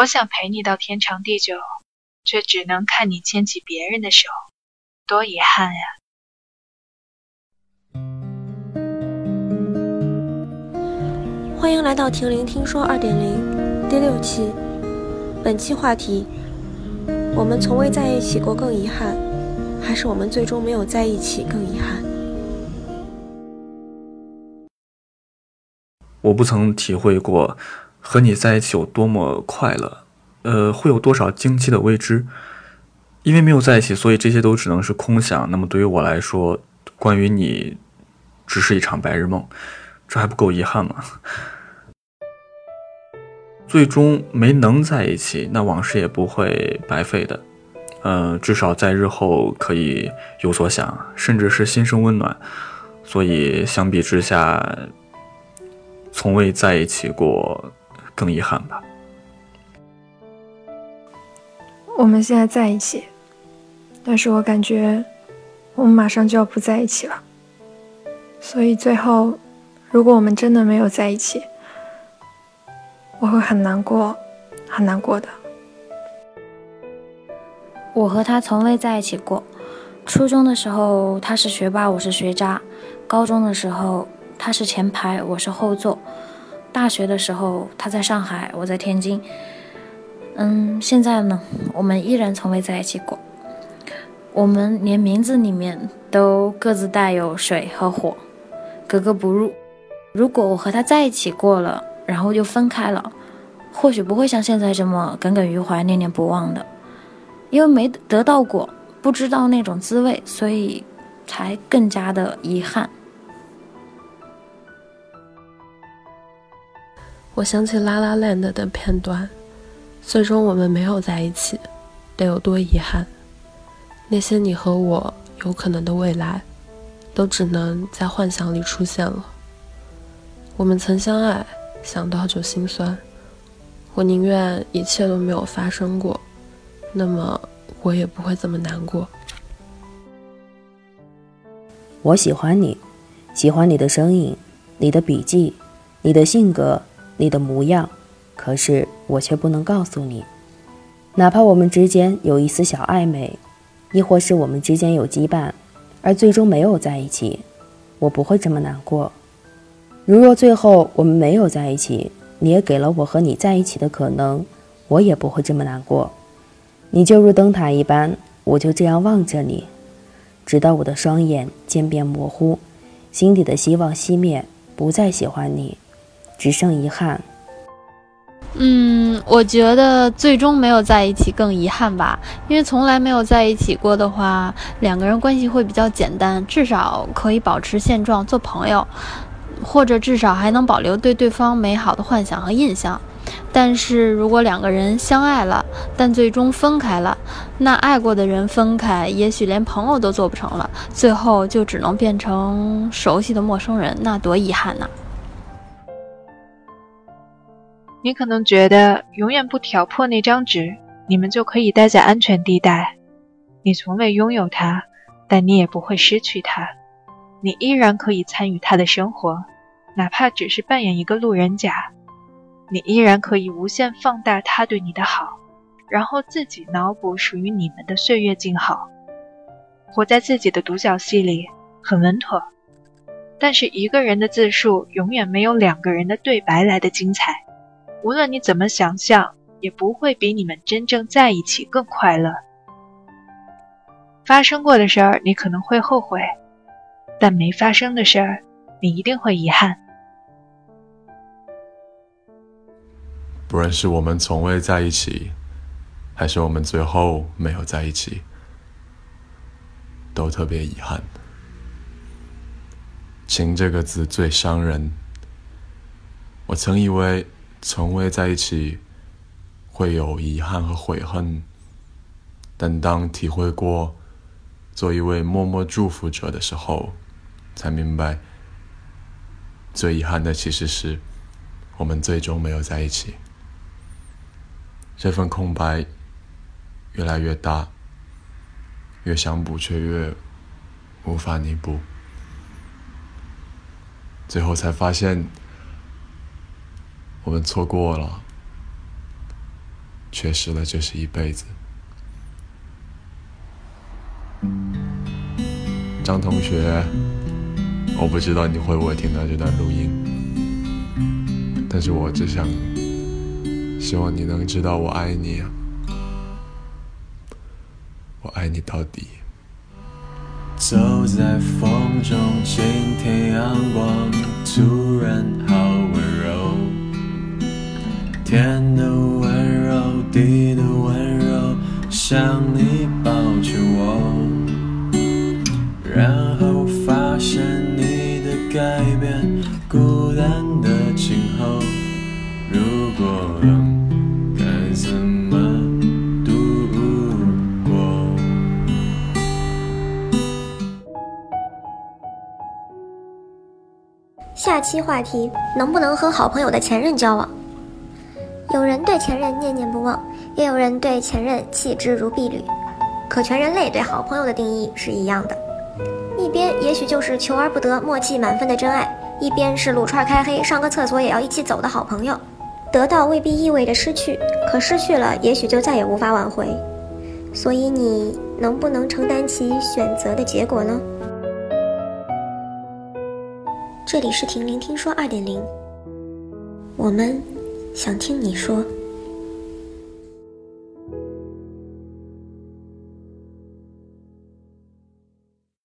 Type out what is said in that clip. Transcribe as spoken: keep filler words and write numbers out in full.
想陪你到天长地久，却只能看你牵起别人的手，多遗憾呀。 欢迎来到婷玲听说 二点零 第六期，本期话题：我们从未在一起过更遗憾，还是我们最终没有在一起更遗憾？ 我不曾体会过和你在一起有多么快乐，呃，会有多少惊奇的未知。因为没有在一起，所以这些都只能是空想。那么对于我来说，关于你只是一场白日梦，这还不够遗憾吗？最终没能在一起，那往事也不会白费的。呃，至少在日后可以有所想，甚至是心生温暖。所以相比之下，从未在一起过更遗憾吧。 我们现在在一起，但是我感觉我们马上就要不在一起了。所以最后，如果我们真的没有在一起，我会很难过，很难过的。 我和他从未在一起过。初中的时候他是学霸，我是学渣；高中的时候他是前排，我是后座；大学的时候他在上海，我在天津。嗯，现在呢，我们依然从未在一起过。我们连名字里面都各自带有水和火，格格不入。如果我和他在一起过了，然后又分开了，或许不会像现在这么耿耿于怀、念念不忘的。因为没得到过，不知道那种滋味，所以才更加的遗憾。 我想起拉拉 land 的片段，最终我们没有在一起，得有多遗憾。那些你和我有可能的未来，都只能在幻想里出现了。我们曾相爱，想到就心酸。我宁愿一切都没有发生过，那么我也不会这么难过。 我喜欢你，喜欢你的声音，你的笔记，你的性格，你的模样，可是我却不能告诉你。哪怕我们之间有一丝小暧昧，亦或是我们之间有羁绊，而最终没有在一起，我不会这么难过。如若最后我们没有在一起，你也给了我和你在一起的可能，我也不会这么难过。你就如灯塔一般，我就这样望着你，直到我的双眼渐变模糊，心底的希望熄灭，不再喜欢你，只剩遗憾。 嗯，我觉得最终没有在一起更遗憾吧，因为从来没有在一起过的话，两个人关系会比较简单，至少可以保持现状做朋友，或者至少还能保留对对方美好的幻想和印象。但是如果两个人相爱了，但最终分开了，那爱过的人分开，也许连朋友都做不成了，最后就只能变成熟悉的陌生人，那多遗憾呐！ 你可能觉得永远不挑破那张纸，你们就可以待在安全地带。你从未拥有它，但你也不会失去它。你依然可以参与他的生活，哪怕只是扮演一个路人甲。你依然可以无限放大他对你的好，然后自己脑补属于你们的岁月静好，活在自己的独角戏里，很稳妥。但是一个人的自述永远没有两个人的对白来的精彩，无论你怎么想象，也不会比你们真正在一起更快乐。发生过的事儿你可能会后悔，但没发生的事儿你一定会遗憾。 不论是我们从未在一起，还是我们最后没有在一起，都特别遗憾。情这个字最伤人。我曾以为从未在一起会有遗憾和悔恨，但当体会过做一位默默祝福者的时候，才明白最遗憾的其实是我们最终没有在一起。这份空白越来越大，越想补却越无法弥补，最后才发现我们错过了缺失了就是一辈子。张同学，我不知道你会不会听到这段录音，但是我只想希望你能知道我爱你啊，我爱你到底。走在风中，今天阳光突然好温柔，天的温柔，地的温柔，像你抱着我，然后发现你的改变，孤单的今后，如果能该怎么度过。 下期话题：能不能和好朋友的前任交往？有人对前任念念不忘，也有人对前任弃之如敝履。可全人类对好朋友的定义是一样的，一边也许就是求而不得、默契满分的真爱，一边是撸串开黑、上个厕所也要一起走的好朋友。得到未必意味着失去，可失去了也许就再也无法挽回。所以你能不能承担起选择的结果呢？这里是婷聆听说 二点零， 我们想听你说。